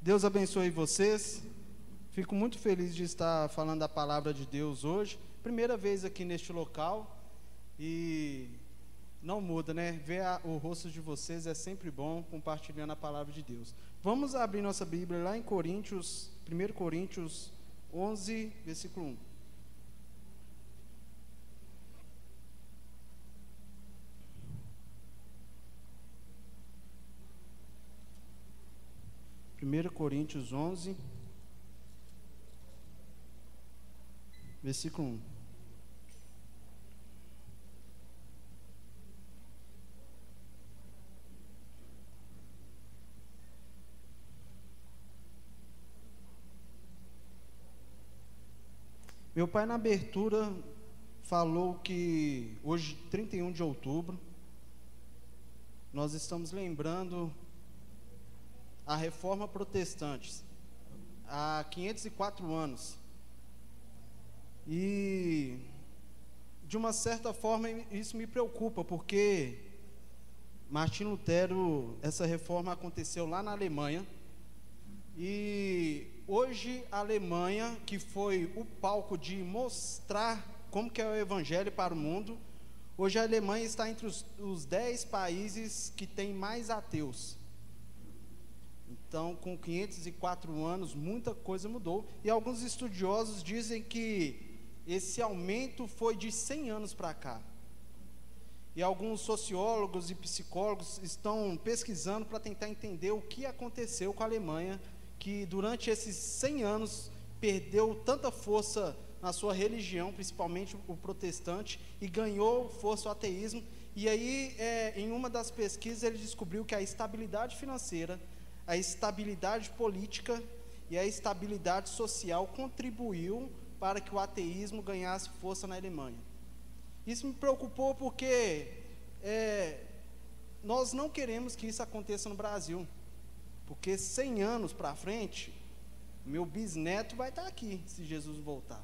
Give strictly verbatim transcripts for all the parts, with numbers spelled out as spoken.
Deus abençoe vocês. Fico muito feliz de estar falando a palavra de Deus hoje. Primeira vez aqui neste local. E não muda, né? Ver a, o rosto de vocês é sempre bom, compartilhando a palavra de Deus. Vamos abrir nossa Bíblia lá em Coríntios, primeiro Coríntios onze, versículo um. primeiro Coríntios onze, versículo um. Meu pai, na abertura, falou que hoje, trinta e um de outubro, nós estamos lembrando a Reforma Protestante, há quinhentos e quatro anos. E, de uma certa forma, isso me preocupa, porque Martinho Lutero, essa reforma aconteceu lá na Alemanha, e hoje a Alemanha, que foi o palco de mostrar como que é o Evangelho para o mundo, hoje a Alemanha está entre os, os dez países que tem mais ateus. Então, com quinhentos e quatro anos, muita coisa mudou, e alguns estudiosos dizem que esse aumento foi de cem anos para cá. E alguns sociólogos e psicólogos estão pesquisando para tentar entender o que aconteceu com a Alemanha, que durante esses cem anos perdeu tanta força na sua religião, principalmente o protestante, e ganhou força o ateísmo. E aí, é, em uma das pesquisas, ele descobriu que a estabilidade financeira, a estabilidade política e a estabilidade social contribuiu para que o ateísmo ganhasse força na Alemanha. Isso me preocupou porque é, nós não queremos que isso aconteça no Brasil, porque cem anos para frente, meu bisneto vai estar aqui, se Jesus voltar.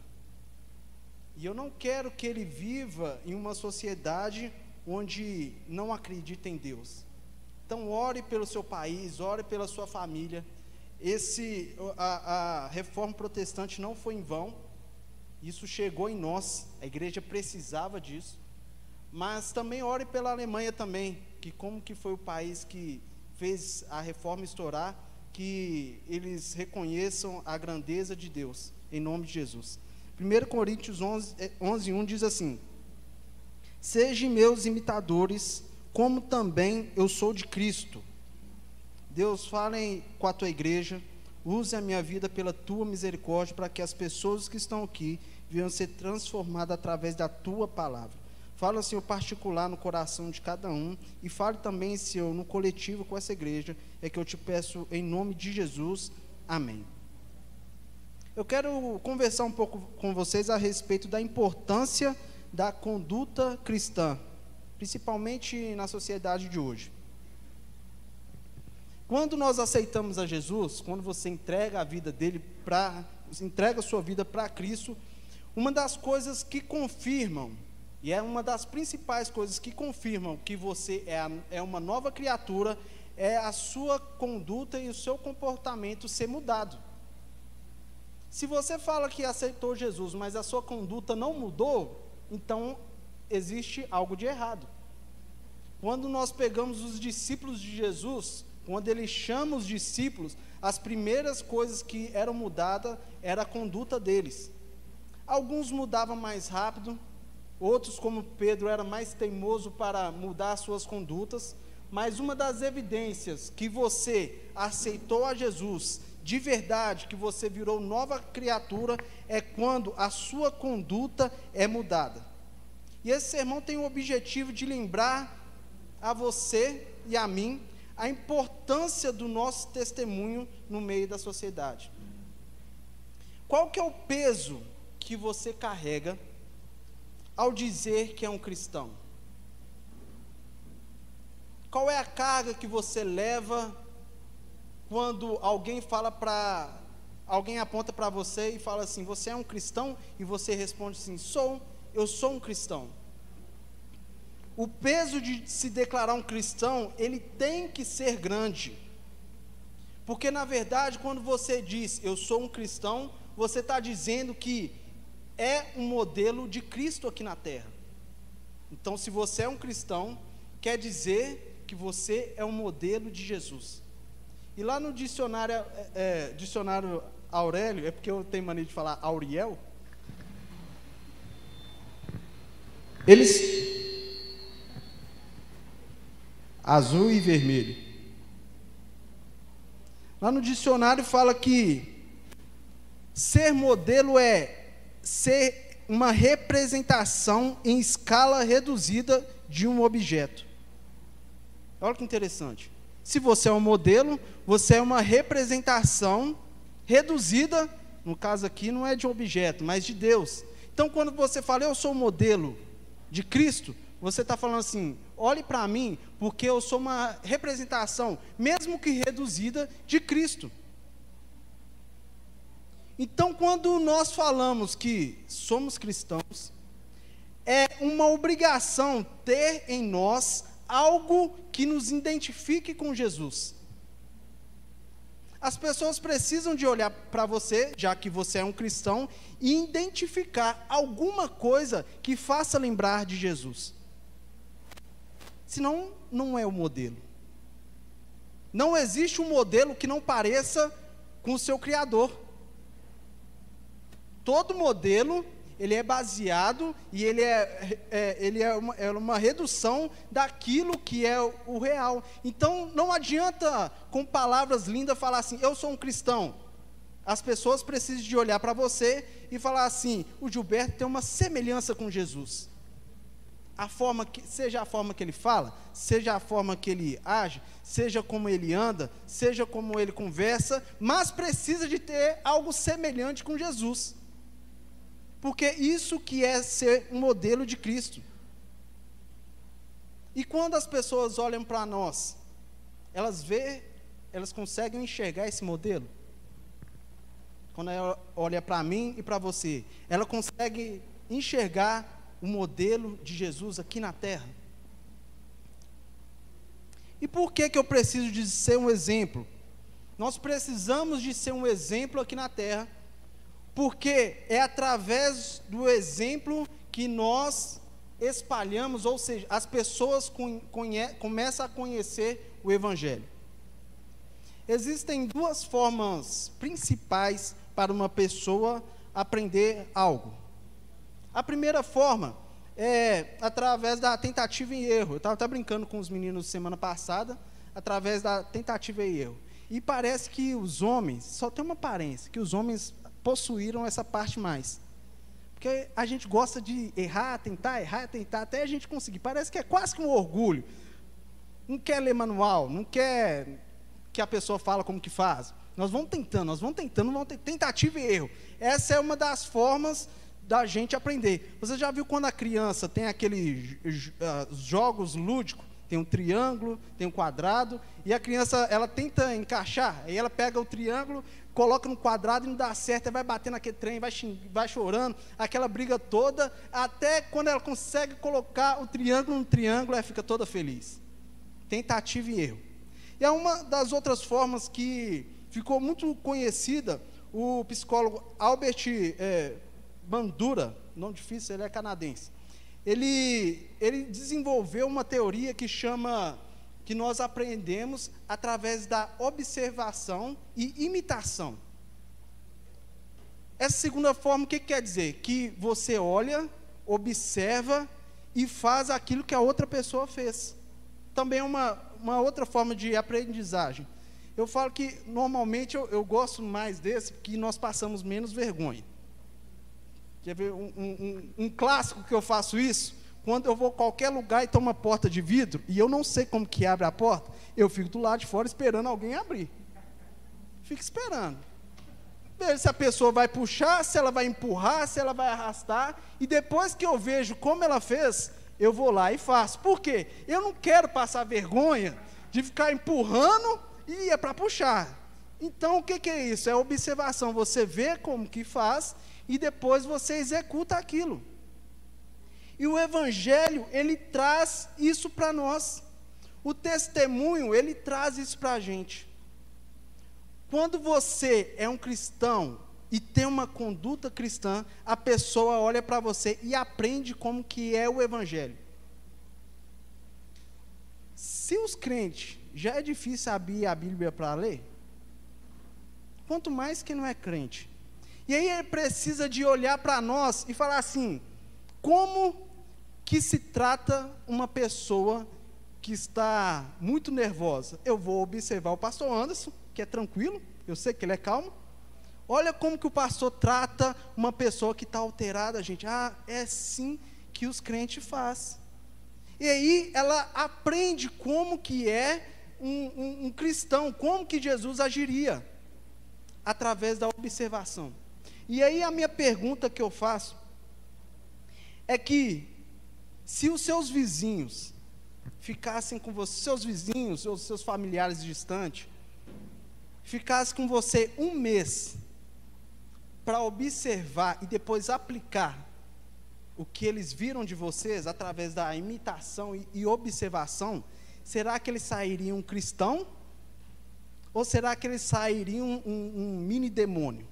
E eu não quero que ele viva em uma sociedade onde não acredita em Deus. Então, ore pelo seu país, ore pela sua família. Esse, a, a reforma protestante não foi em vão, isso chegou em nós, a igreja precisava disso. Mas também ore pela Alemanha também, que como que foi o país que fez a reforma estourar, que eles reconheçam a grandeza de Deus, em nome de Jesus. primeiro Coríntios onze, onze, um diz assim: sejam meus imitadores, como também eu sou de Cristo. Deus, fale com a tua igreja, use a minha vida pela tua misericórdia, para que as pessoas que estão aqui venham ser transformadas através da tua palavra. Fala, Senhor, particular no coração de cada um, e fale também, Senhor, no coletivo com essa igreja, é que eu te peço em nome de Jesus, amém. Eu quero conversar um pouco com vocês a respeito da importância da conduta cristã, principalmente na sociedade de hoje. Quando nós aceitamos a Jesus, quando você entrega a vida dele para, entrega a sua vida para Cristo, uma das coisas que confirmam, e é uma das principais coisas que confirmam que você é, a, é uma nova criatura, é a sua conduta e o seu comportamento ser mudado. Se você fala que aceitou Jesus, mas a sua conduta não mudou, então existe algo de errado. Quando nós pegamos os discípulos de Jesus, quando ele chama os discípulos, as primeiras coisas que eram mudadas era a conduta deles. Alguns mudavam mais rápido, outros, como Pedro, era mais teimoso para mudar as suas condutas, mas uma das evidências que você aceitou a Jesus de verdade, que você virou nova criatura, é quando a sua conduta é mudada. E esse sermão tem o objetivo de lembrar a você e a mim a importância do nosso testemunho no meio da sociedade. Qual que é o peso que você carrega ao dizer que é um cristão? Qual é a carga que você leva quando alguém fala para alguém aponta para você e fala assim: você é um cristão? E você responde assim: sou, eu sou um cristão. O peso de se declarar um cristão, ele tem que ser grande, Porque, na verdade, quando você diz, eu sou um cristão, você está dizendo que é um modelo de Cristo aqui na terra. Então, se você é um cristão, quer dizer que você é um modelo de Jesus. E lá no dicionário, é, é, dicionário Aurélio, é porque eu tenho mania de falar Auriel, eles... azul e vermelho. Lá no dicionário fala que ser modelo é ser uma representação em escala reduzida de um objeto. Olha que interessante. Se você é um modelo, você é uma representação reduzida, no caso aqui não é de um objeto, mas de Deus. Então, quando você fala, eu sou um modelo de Cristo, você está falando assim, olhe para mim, porque eu sou uma representação, mesmo que reduzida, de Cristo. Então, quando nós falamos que somos cristãos, é uma obrigação ter em nós algo que nos identifique com Jesus. As pessoas precisam de olhar para você, já que você é um cristão, e identificar alguma coisa que faça lembrar de Jesus. Senão, não é o modelo. Não existe um modelo que não pareça com o seu Criador. Todo modelo, ele é baseado e ele é, é, ele é, uma, é uma redução daquilo que é o, o real. Então, não adianta, com palavras lindas, falar assim, eu sou um cristão. As pessoas precisam de olhar para você e falar assim, o Gilberto tem uma semelhança com Jesus. A forma que, seja a forma que ele fala, seja a forma que ele age, seja como ele anda, seja como ele conversa, mas precisa de ter algo semelhante com Jesus. Porque isso que é ser um modelo de Cristo. E quando as pessoas olham para nós, elas vê, elas conseguem enxergar esse modelo? Quando ela olha para mim e para você, ela consegue enxergar o modelo de Jesus aqui na terra? E por que que eu preciso de ser um exemplo? Nós precisamos de ser um exemplo aqui na terra, porque é através do exemplo que nós espalhamos, ou seja, as pessoas conhe- começam a conhecer o Evangelho. Existem duas formas principais para uma pessoa aprender algo. A primeira forma é através da tentativa e erro. Eu estava até brincando com os meninos semana passada, através da tentativa e erro. E parece que os homens, só tem uma aparência, que os homens possuíram essa parte mais. Porque a gente gosta de errar, tentar, errar, tentar, até a gente conseguir. Parece que é quase que um orgulho. Não quer ler manual, não quer que a pessoa fala como que faz. Nós vamos tentando, nós vamos tentando, vamos ter tentativa e erro. Essa é uma das formas da gente aprender. Você já viu quando a criança tem aqueles uh, jogos lúdicos, tem um triângulo, tem um quadrado, e a criança, ela tenta encaixar, aí ela pega o triângulo, coloca no quadrado e não dá certo, aí vai bater naquele trem, vai, vai chorando, aquela briga toda, até quando ela consegue colocar o triângulo no triângulo, ela fica toda feliz. Tentativa e erro. E é uma das outras formas que ficou muito conhecida, o psicólogo Albert é, Bandura, nome difícil, ele é canadense. Ele, ele desenvolveu uma teoria que chama, que nós aprendemos através da observação e imitação. Essa segunda forma, o que quer dizer? Que você olha, observa e faz aquilo que a outra pessoa fez. Também é uma, uma outra forma de aprendizagem. Eu falo que, normalmente, eu, eu gosto mais desse, porque nós passamos menos vergonha. Quer ver um, um, um clássico que eu faço isso? Quando eu vou a qualquer lugar e tem uma porta de vidro, e eu não sei como que abre a porta, eu fico do lado de fora esperando alguém abrir. Fico esperando. Vejo se a pessoa vai puxar, se ela vai empurrar, se ela vai arrastar, e depois que eu vejo como ela fez, eu vou lá e faço. Por quê? Eu não quero passar vergonha de ficar empurrando e é para puxar. Então, o que, que é isso? É observação. Você vê como que faz e depois você executa aquilo. E o Evangelho, ele traz isso para nós. O testemunho, ele traz isso para a gente. Quando você é um cristão e tem uma conduta cristã, a pessoa olha para você e aprende como que é o evangelho. Se os crentes já é difícil abrir a Bíblia para ler, quanto mais que não é crente. E aí ele precisa de olhar para nós e falar assim, como que se trata uma pessoa que está muito nervosa? Eu vou observar o pastor Anderson, que é tranquilo, eu sei que ele é calmo. Olha como que o pastor trata uma pessoa que está alterada, gente. Ah, é assim que os crentes fazem. E aí ela aprende como que é um, um, um cristão, como que Jesus agiria, através da observação. E aí a minha pergunta que eu faço, é que, se os seus vizinhos ficassem com você, seus vizinhos, ou seus familiares distantes, ficassem com você um mês, para observar e depois aplicar o que eles viram de vocês, através da imitação e, e observação, será que eles sairiam um cristão? Ou será que eles sairiam um, um, um mini demônio?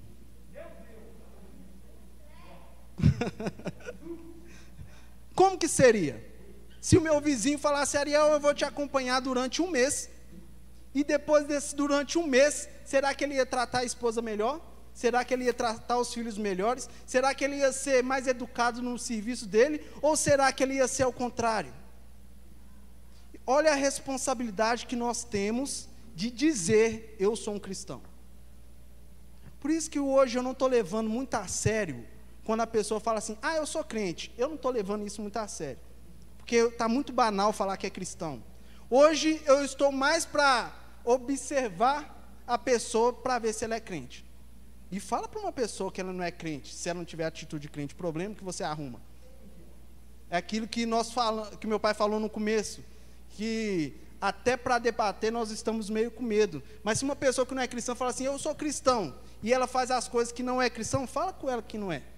Como que seria? Se o meu vizinho falasse, Ariel, eu vou te acompanhar durante um mês, e depois desse, durante um mês, será que ele ia tratar a esposa melhor? Será que ele ia tratar os filhos melhores? Será que ele ia ser mais educado no serviço dele? Ou será que ele ia ser ao contrário? Olha a responsabilidade que nós temos de dizer, eu sou um cristão. Por isso que hoje eu não estou levando muito a sério, quando a pessoa fala assim, ah, eu sou crente. Eu não estou levando isso muito a sério, porque está muito banal falar que é cristão. Hoje eu estou mais para observar a pessoa, para ver se ela é crente. E fala para uma pessoa que ela não é crente, se ela não tiver atitude de crente, problema que você arruma. É aquilo que, nós fala, que meu pai falou no começo, que até para debater nós estamos meio com medo. Mas se uma pessoa que não é cristã fala assim, eu sou cristão, e ela faz as coisas que não é cristão, fala com ela que não é.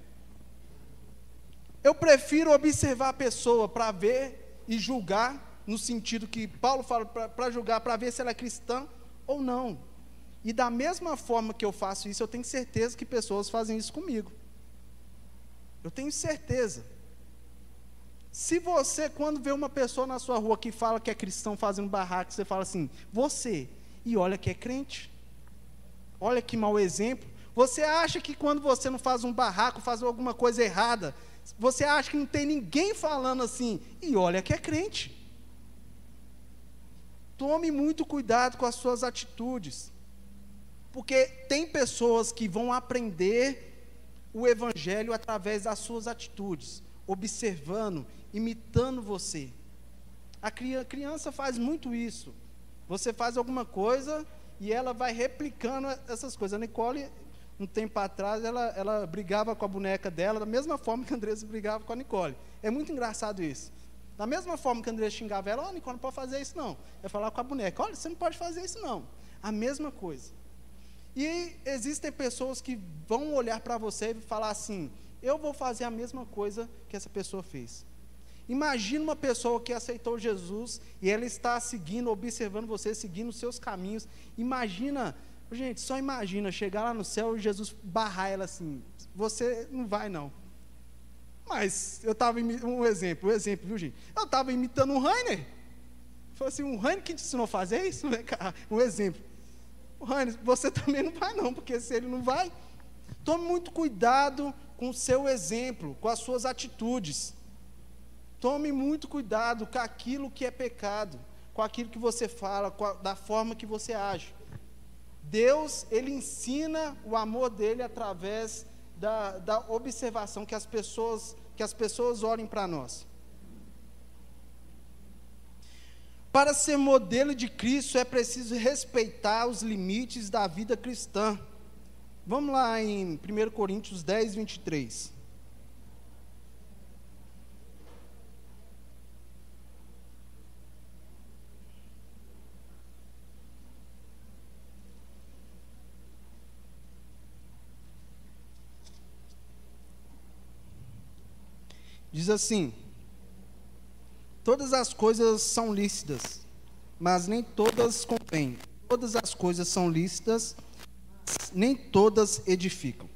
Eu prefiro observar a pessoa para ver e julgar, no sentido que Paulo fala, para julgar, para ver se ela é cristã ou não. E da mesma forma que eu faço isso, eu tenho certeza que pessoas fazem isso comigo. Eu tenho certeza. Se você, quando vê uma pessoa na sua rua que fala que é cristão fazendo barraco, você fala assim, você, e olha que é crente. Olha que mau exemplo. Você acha que quando você não faz um barraco, faz alguma coisa errada, você acha que não tem ninguém falando assim, e olha que é crente. Tome muito cuidado com as suas atitudes. Porque tem pessoas que vão aprender o evangelho através das suas atitudes, observando, imitando você. A criança faz muito isso. Você faz alguma coisa e ela vai replicando essas coisas. A Nicole, um tempo atrás, ela, ela brigava com a boneca dela, da mesma forma que a Andressa brigava com a Nicole. É muito engraçado isso. Da mesma forma que a Andressa xingava ela, ó, oh, Nicole, não pode fazer isso não. Eu falava com a boneca, olha, você não pode fazer isso não. A mesma coisa. E existem pessoas que vão olhar para você e falar assim, eu vou fazer a mesma coisa que essa pessoa fez. Imagina uma pessoa que aceitou Jesus e ela está seguindo, observando você, seguindo os seus caminhos. Imagina, gente, só imagina chegar lá no céu e Jesus barrar ela assim, você não vai não. Mas eu estava, um exemplo, um exemplo, viu gente? Eu estava imitando um Rainer. Foi assim, um Rainer que te ensinou a fazer isso? Um exemplo. Rainer, você também não vai não, porque se ele não vai, tome muito cuidado com o seu exemplo, com as suas atitudes. Tome muito cuidado com aquilo que é pecado, com aquilo que você fala, com a, da forma que você age. Deus, Ele ensina o amor dEle através da, da observação, que as pessoas, que as pessoas olhem para nós. Para ser modelo de Cristo é preciso respeitar os limites da vida cristã. Vamos lá em primeiro Coríntios dez, vinte e três. Diz assim, todas as coisas são lícitas, mas nem todas convêm. Todas as coisas são lícitas, nem todas edificam.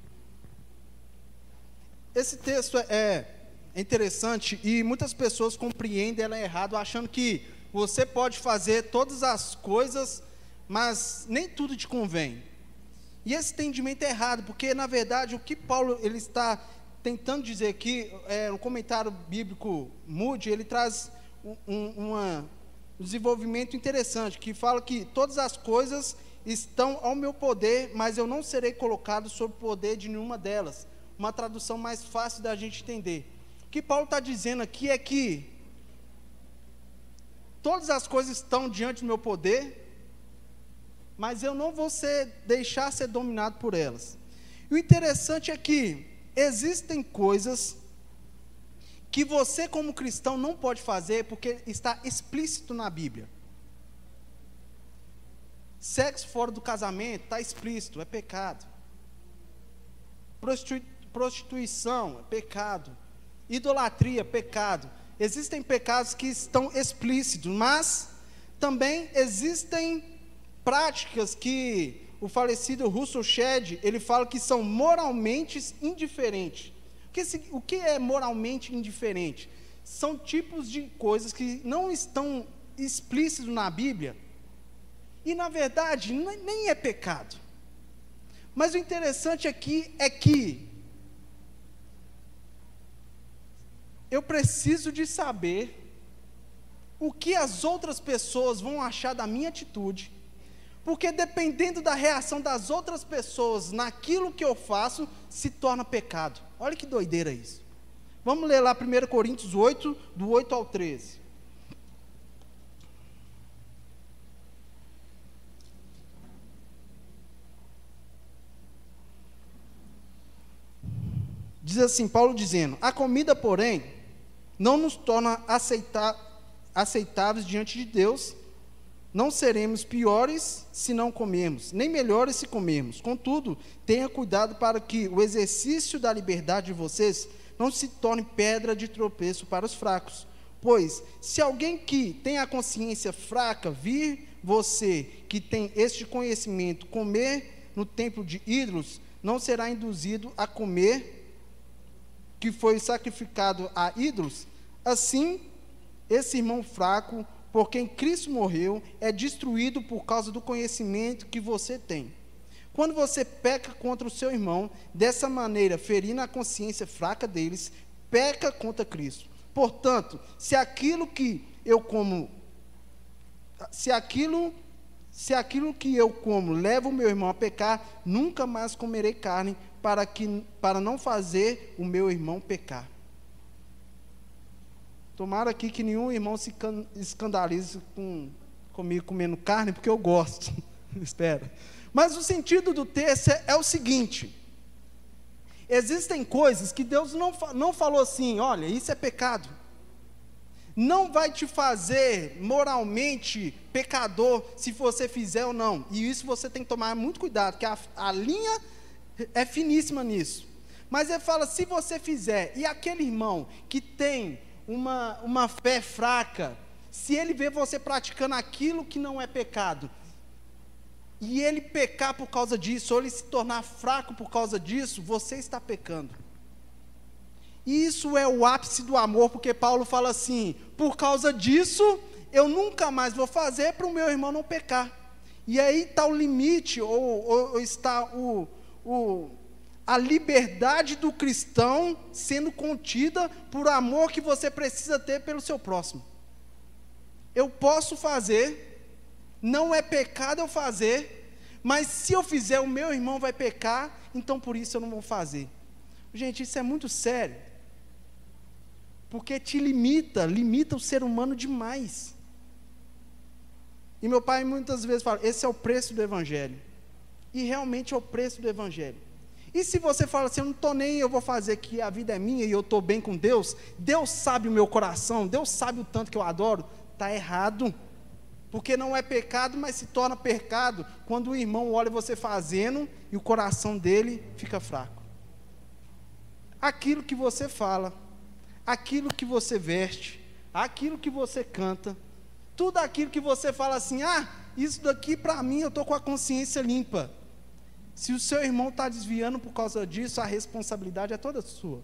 Esse texto é, é interessante e muitas pessoas compreendem ela errado, achando que você pode fazer todas as coisas, mas nem tudo te convém. E esse entendimento é errado, porque na verdade o que Paulo ele está tentando dizer aqui, é, no comentário bíblico Moody, ele traz um, um, uma, um desenvolvimento interessante, que fala que todas as coisas estão ao meu poder, mas eu não serei colocado sob o poder de nenhuma delas. Uma tradução mais fácil da gente entender. O que Paulo está dizendo aqui é que todas as coisas estão diante do meu poder, mas eu não vou ser, deixar ser dominado por elas. E o interessante é que existem coisas que você como cristão não pode fazer porque está explícito na Bíblia. Sexo fora do casamento está explícito, é pecado. Prostitu- prostituição é pecado. Idolatria, pecado. Existem pecados que estão explícitos, mas também existem práticas que o falecido Russell Shedd, ele fala que são moralmente indiferentes. O que, o que é moralmente indiferente? São tipos de coisas que não estão explícitos na Bíblia, e na verdade nem é pecado. Mas o interessante aqui é que eu preciso de saber o que as outras pessoas vão achar da minha atitude, porque dependendo da reação das outras pessoas naquilo que eu faço, se torna pecado. Olha que doideira isso. Vamos ler lá primeira Coríntios oito, do oito ao treze. Diz assim, Paulo dizendo: a comida, porém, não nos torna aceita- aceitáveis diante de Deus. Não seremos piores se não comermos, nem melhores se comermos. Contudo, tenha cuidado para que o exercício da liberdade de vocês não se torne pedra de tropeço para os fracos. Pois, se alguém que tem a consciência fraca vir você, que tem este conhecimento, comer no templo de ídolos, não será induzido a comer que foi sacrificado a ídolos. Assim, esse irmão fraco, por quem Cristo morreu, é destruído por causa do conhecimento que você tem. Quando você peca contra o seu irmão, dessa maneira, ferindo a consciência fraca deles, peca contra Cristo. Portanto, se aquilo que eu como, se aquilo, se aquilo que eu como leva o meu irmão a pecar, nunca mais comerei carne, para, que, para não fazer o meu irmão pecar. Tomara aqui que nenhum irmão se escandalize com, comigo comendo carne, porque eu gosto. Espera. Mas o sentido do texto é, é o seguinte: existem coisas que Deus não, não falou assim, olha, isso é pecado. Não vai te fazer moralmente pecador se você fizer ou não. E isso você tem que tomar muito cuidado, porque a, a linha é finíssima nisso. Mas ele fala, se você fizer, e aquele irmão que tem Uma, uma fé fraca, se ele vê você praticando aquilo que não é pecado, e ele pecar por causa disso, ou ele se tornar fraco por causa disso, você está pecando. E isso é o ápice do amor, porque Paulo fala assim, por causa disso, eu nunca mais vou fazer para o meu irmão não pecar. E aí está o limite, ou, ou, ou está o... o a liberdade do cristão sendo contida por amor que você precisa ter pelo seu próximo. Eu posso fazer, não é pecado eu fazer, mas se eu fizer o meu irmão vai pecar, então por isso eu não vou fazer. Gente, isso é muito sério, porque te limita, limita o ser humano demais. E meu pai muitas vezes fala, esse é o preço do evangelho, e realmente é o preço do evangelho. E se você fala assim, eu não estou nem, eu vou fazer que a vida é minha e eu estou bem com Deus, Deus sabe o meu coração, Deus sabe o tanto que eu adoro, está errado, porque não é pecado, mas se torna pecado, quando o irmão olha você fazendo, e o coração dele fica fraco. Aquilo que você fala, aquilo que você veste, aquilo que você canta, tudo aquilo que você fala assim, ah, isso daqui para mim eu estou com a consciência limpa, Se o seu irmão está desviando por causa disso, a responsabilidade é toda sua.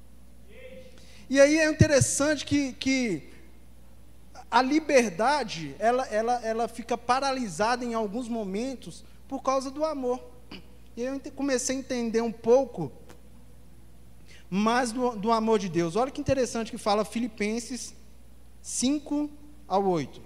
E aí é interessante que, que a liberdade, ela, ela, ela fica paralisada em alguns momentos por causa do amor. E eu comecei a entender um pouco mais do, do amor de Deus. Olha que interessante que fala Filipenses cinco ao oito.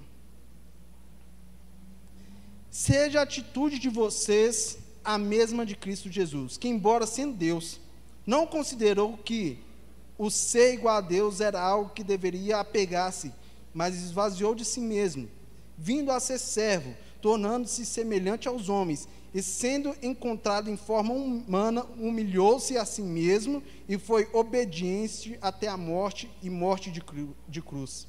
Seja a atitude de vocês a mesma de Cristo Jesus, que embora sendo Deus, não considerou que o ser igual a Deus era algo que deveria apegar-se, mas esvaziou de si mesmo, vindo a ser servo, tornando-se semelhante aos homens, e sendo encontrado em forma humana, humilhou-se a si mesmo e foi obediente até a morte e morte de, cru, de cruz.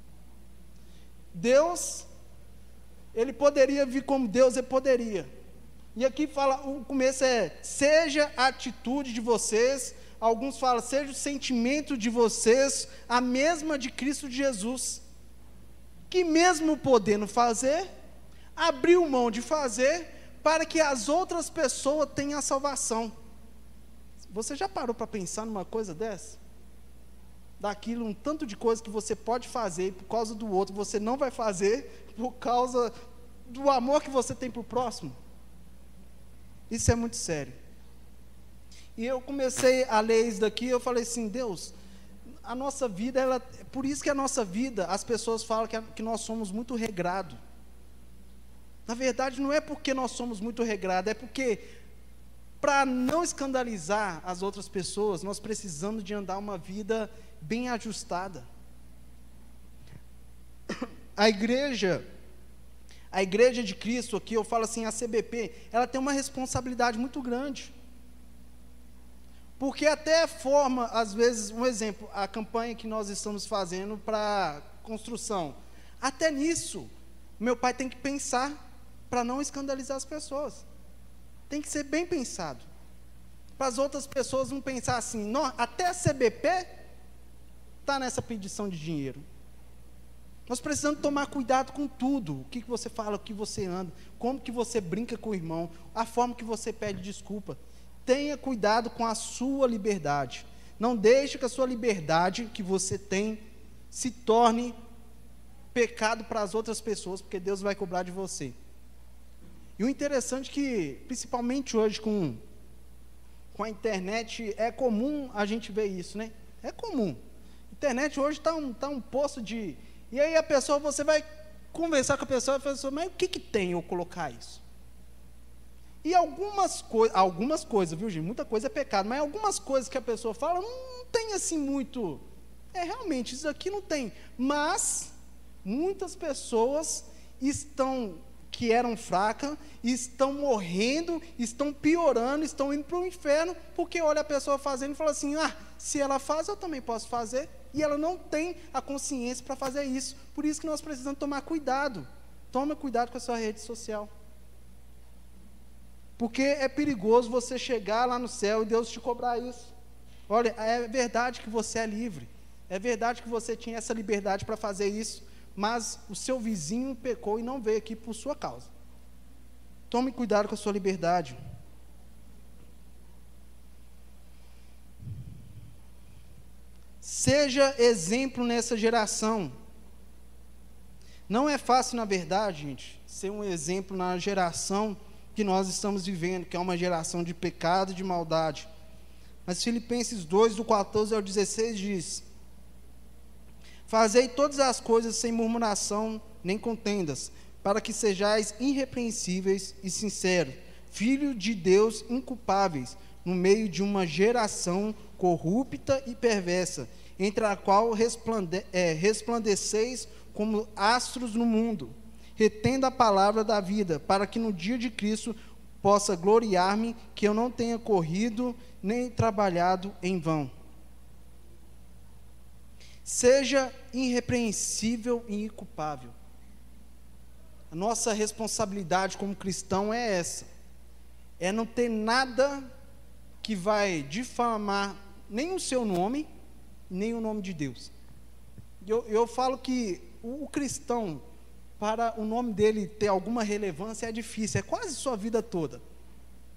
Deus, ele poderia vir como Deus, ele poderia. E aqui fala, o começo é, seja a atitude de vocês, alguns falam, seja o sentimento de vocês, a mesma de Cristo Jesus, que mesmo podendo fazer, abriu mão de fazer, para que as outras pessoas tenham a salvação. Você já parou para pensar numa coisa dessa? Daquilo, um tanto de coisa que você pode fazer, e por causa do outro, você não vai fazer, por causa do amor que você tem para o próximo? Isso é muito sério. E eu comecei a ler isso daqui, eu falei assim, Deus, a nossa vida, ela, por isso que a nossa vida, as pessoas falam que, a, que nós somos muito regrados. Na verdade, não é porque nós somos muito regrados, é porque, para não escandalizar as outras pessoas, nós precisamos de andar uma vida bem ajustada. A igreja... A igreja de Cristo aqui, eu falo assim, a C B P, ela tem uma responsabilidade muito grande. Porque até a forma, às vezes, um exemplo, a campanha que nós estamos fazendo para construção, até nisso, meu pai tem que pensar para não escandalizar as pessoas. Tem que ser bem pensado. Para as outras pessoas não pensar assim, não, até a C B P está nessa pedição de dinheiro. Nós precisamos tomar cuidado com tudo, o que, que você fala, o que você anda, como que você brinca com o irmão, a forma que você pede desculpa. Tenha cuidado com a sua liberdade. Não deixe que a sua liberdade que você tem se torne pecado para as outras pessoas, porque Deus vai cobrar de você. E o interessante é que, principalmente hoje com, com a internet, é comum a gente ver isso, né? É comum. A internet hoje está um, tá um poço de... E aí a pessoa, você vai conversar com a pessoa e fala assim, mas o que, que tem eu colocar isso? E algumas, coi algumas coisas, viu gente, muita coisa é pecado, mas algumas coisas que a pessoa fala, não tem assim muito, é realmente, isso aqui não tem, mas muitas pessoas estão, que eram fracas, estão morrendo, estão piorando, estão indo para o inferno, porque olha a pessoa fazendo e fala assim, ah, se ela faz, eu também posso fazer. E ela não tem a consciência para fazer isso. Por isso que nós precisamos tomar cuidado. Toma cuidado com a sua rede social. Porque é perigoso você chegar lá no céu e Deus te cobrar isso. Olha, é verdade que você é livre. É verdade que você tinha essa liberdade para fazer isso. Mas o seu vizinho pecou e não veio aqui por sua causa. Tome cuidado com a sua liberdade. Seja exemplo nessa geração. Não é fácil, na verdade, gente, ser um exemplo na geração que nós estamos vivendo, que é uma geração de pecado e de maldade. Mas Filipenses dois, do quatorze ao dezesseis, diz: Fazei todas as coisas sem murmuração nem contendas, para que sejais irrepreensíveis e sinceros, filhos de Deus inculpáveis, no meio de uma geração corrupta e perversa, entre a qual resplande, é, resplandeceis como astros no mundo, retendo a palavra da vida, para que no dia de Cristo possa gloriar-me, que eu não tenha corrido nem trabalhado em vão. Seja irrepreensível e inculpável. A nossa responsabilidade como cristão é essa, é não ter nada que vai difamar nem o seu nome, nem o nome de Deus. Eu, eu falo que o, o cristão, para o nome dele ter alguma relevância, é difícil, é quase sua vida toda.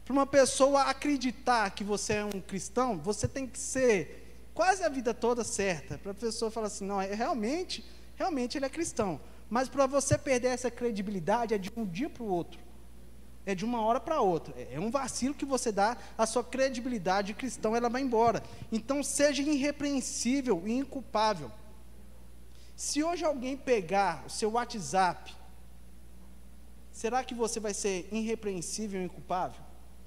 Para uma pessoa acreditar que você é um cristão, você tem que ser quase a vida toda certa. Para a pessoa falar assim, não, é, realmente, realmente ele é cristão. Mas para você perder essa credibilidade é de um dia para o outro. É de uma hora para outra. É um vacilo que você dá, a sua credibilidade de cristão, ela vai embora. Então, seja irrepreensível e inculpável. Se hoje alguém pegar o seu WhatsApp, será que você vai ser irrepreensível e inculpável?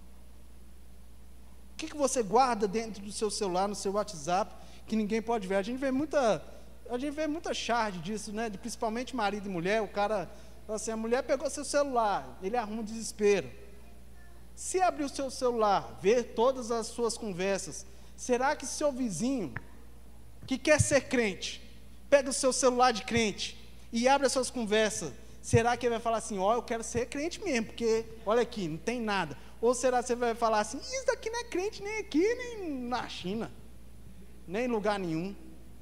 O que, que você guarda dentro do seu celular, no seu WhatsApp, que ninguém pode ver? A gente vê muita, a gente vê muita charge disso, né? De, principalmente marido e mulher, o cara... Assim, a mulher pegou seu celular, ele arruma um desespero. Se abrir o seu celular, ver todas as suas conversas, será que seu vizinho, que quer ser crente, pega o seu celular de crente e abre as suas conversas, será que ele vai falar assim, ó, oh, eu quero ser crente mesmo, porque, olha aqui, não tem nada. Ou será que você vai falar assim, isso daqui não é crente nem aqui, nem na China, nem em lugar nenhum.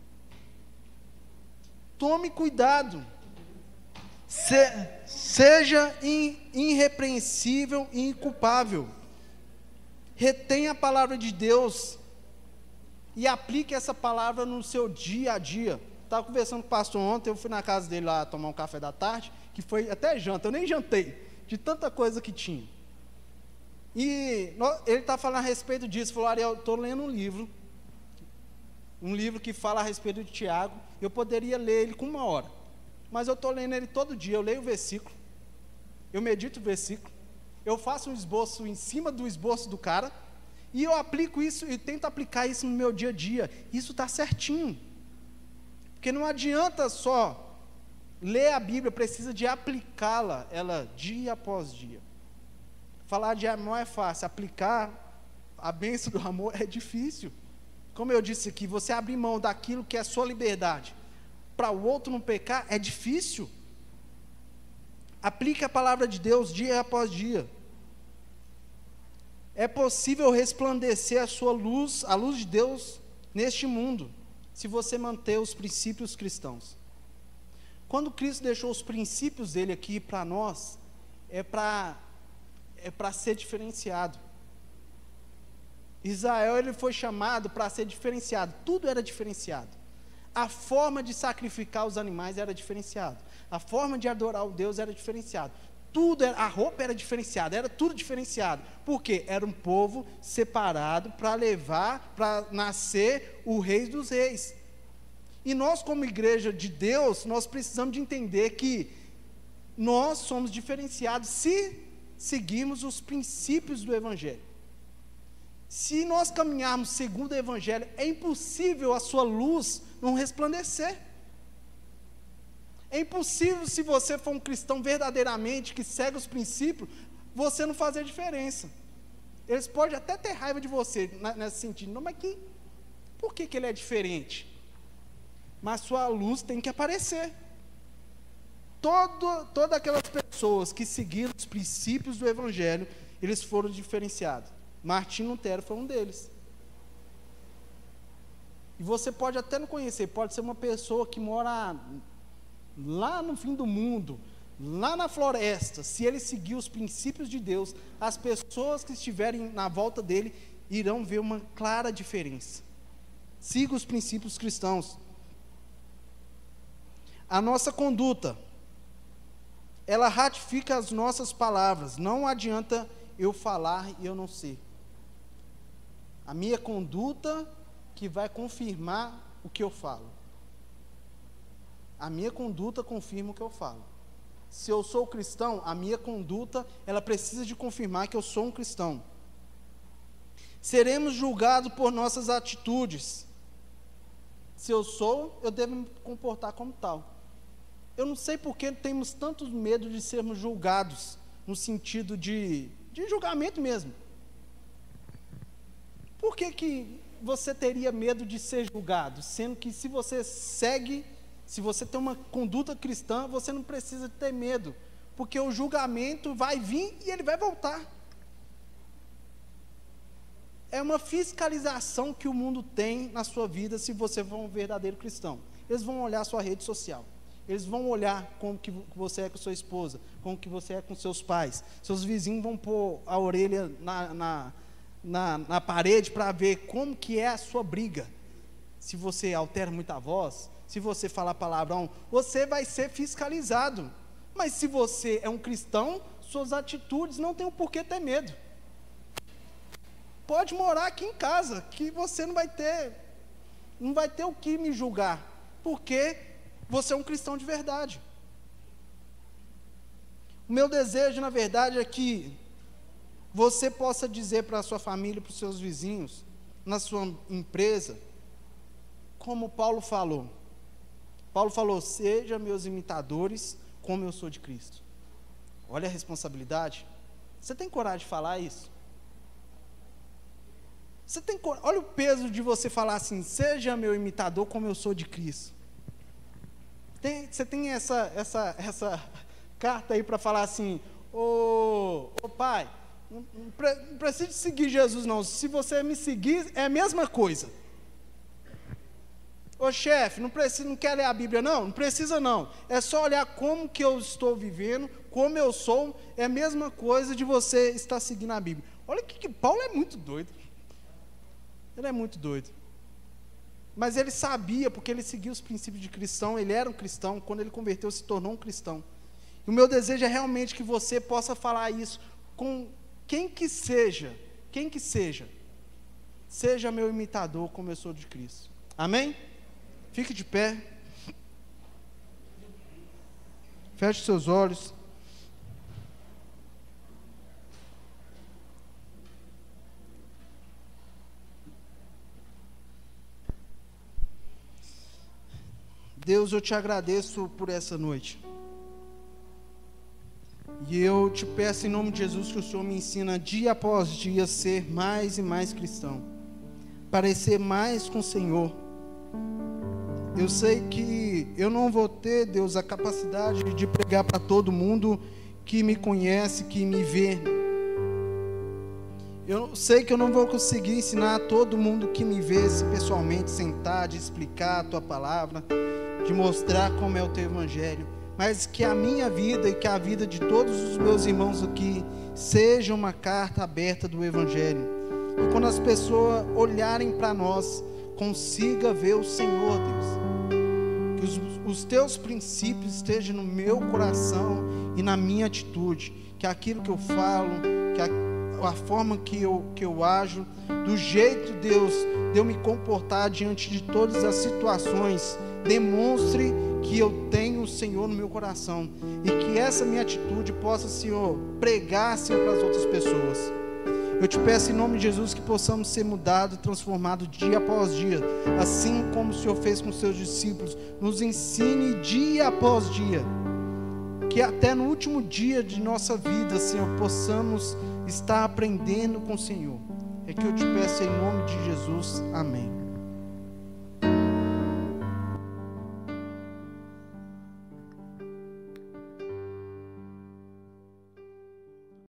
Tome cuidado. Se, seja in, irrepreensível e inculpável. Retenha a palavra de Deus e aplique essa palavra no seu dia a dia. Estava conversando com o pastor ontem, eu fui na casa dele lá tomar um café da tarde, que foi até janta, eu nem jantei, de tanta coisa que tinha. E ele está falando a respeito disso, falou, Ariel, eu estou lendo um livro, um livro que fala a respeito de Tiago, eu poderia ler ele com uma hora. Mas eu estou lendo ele todo dia, eu leio o versículo, eu medito o versículo, eu faço um esboço em cima do esboço do cara, e eu aplico isso, e tento aplicar isso no meu dia a dia, isso está certinho, porque não adianta só ler a Bíblia, precisa de aplicá-la, ela dia após dia. Falar de amor é fácil, aplicar a bênção do amor é difícil. Como eu disse aqui, você abrir mão daquilo que é sua liberdade, para o outro não pecar, é difícil. Aplique a palavra de Deus dia após dia. É possível resplandecer a sua luz, a luz de Deus, neste mundo, se você manter os princípios cristãos. Quando Cristo deixou os princípios dele aqui para nós, é para é para ser diferenciado. Israel, ele foi chamado para ser diferenciado, tudo era diferenciado. A forma de sacrificar os animais era diferenciada. A forma de adorar o Deus era diferenciada. Tudo era, a roupa era diferenciada, era tudo diferenciado. Por quê? Era um povo separado para levar, para nascer o Rei dos Reis. E nós, como igreja de Deus, nós precisamos de entender que nós somos diferenciados se seguirmos os princípios do Evangelho. Se nós caminharmos segundo o Evangelho, é impossível a sua luz não resplandecer. É impossível, se você for um cristão verdadeiramente, que segue os princípios, você não fazer diferença. Eles podem até ter raiva de você, nesse sentido. Não, mas que, por que, que ele é diferente? Mas sua luz tem que aparecer. Todo, todas aquelas pessoas que seguiram os princípios do Evangelho, eles foram diferenciados. Martinho Lutero foi um deles. E você pode até não conhecer, pode ser uma pessoa que mora lá no fim do mundo, lá na floresta. Se ele seguir os princípios de Deus, as pessoas que estiverem na volta dele irão ver uma clara diferença. Siga os princípios cristãos. A nossa conduta, ela ratifica as nossas palavras. Não adianta eu falar e eu não ser. A minha conduta que vai confirmar o que eu falo. A minha conduta confirma o que eu falo. Se eu sou cristão, a minha conduta, ela precisa de confirmar que eu sou um cristão. Seremos julgados por nossas atitudes. Se eu sou, eu devo me comportar como tal. Eu não sei por que temos tanto medo de sermos julgados, no sentido de, de julgamento mesmo. Por que que você teria medo de ser julgado, sendo que se você segue, se você tem uma conduta cristã, você não precisa ter medo, porque o julgamento vai vir e ele vai voltar. É uma fiscalização que o mundo tem na sua vida, se você for um verdadeiro cristão. Eles vão olhar a sua rede social, eles vão olhar como que você é com sua esposa, como que você é com seus pais. Seus vizinhos vão pôr a orelha na, na, na, na parede para ver como que é a sua briga. Se você altera muito a voz, se você falar palavrão, você vai ser fiscalizado. Mas se você é um cristão, suas atitudes não tem o porquê ter medo. Pode morar aqui em casa, que você não vai ter, não vai ter o que me julgar, porque você é um cristão de verdade. O meu desejo, na verdade, é que você possa dizer para a sua família, para os seus vizinhos, na sua empresa, como Paulo falou. Paulo falou: seja meus imitadores, como eu sou de Cristo. Olha a responsabilidade. Você tem coragem de falar isso? Você tem coragem? Olha o peso de você falar assim: seja meu imitador, como eu sou de Cristo. Tem, você tem essa, essa, essa carta aí para falar assim: ô, ô pai, não, não, pre, não precisa seguir Jesus não, se você me seguir é a mesma coisa. Ô chefe, não precisa, não quer ler a Bíblia não? Não precisa não, é só olhar como que eu estou vivendo, como eu sou, é a mesma coisa de você estar seguindo a Bíblia. Olha que, que Paulo é muito doido, ele é muito doido, mas ele sabia, porque ele seguia os princípios de cristão, ele era um cristão, quando ele converteu se tornou um cristão. E o meu desejo é realmente que você possa falar isso com quem que seja, quem que seja, seja meu imitador como eu sou de Cristo. Amém? Fique de pé, feche seus olhos. Deus, eu te agradeço por essa noite. E eu te peço em nome de Jesus que o Senhor me ensina dia após dia a ser mais e mais cristão, parecer mais com o Senhor. Eu sei que eu não vou ter, Deus, a capacidade de pregar para todo mundo que me conhece, que me vê. Eu sei que eu não vou conseguir ensinar a todo mundo que me vê pessoalmente, sentar, de explicar a tua palavra, de mostrar como é o teu evangelho, mas que a minha vida e que a vida de todos os meus irmãos aqui seja uma carta aberta do evangelho, e quando as pessoas olharem para nós, consiga ver o Senhor, Deus, que os, os teus princípios estejam no meu coração e na minha atitude, que aquilo que eu falo, que a, a forma que eu, que eu ajo, do jeito, Deus, de eu me comportar diante de todas as situações, demonstre que eu tenho o Senhor no meu coração, e que essa minha atitude possa, Senhor, pregar, Senhor, para as outras pessoas. Eu te peço em nome de Jesus que possamos ser mudados, transformados dia após dia, assim como o Senhor fez com os seus discípulos. Nos ensine dia após dia, que até no último dia de nossa vida, Senhor, possamos estar aprendendo com o Senhor. É que eu te peço em nome de Jesus, amém.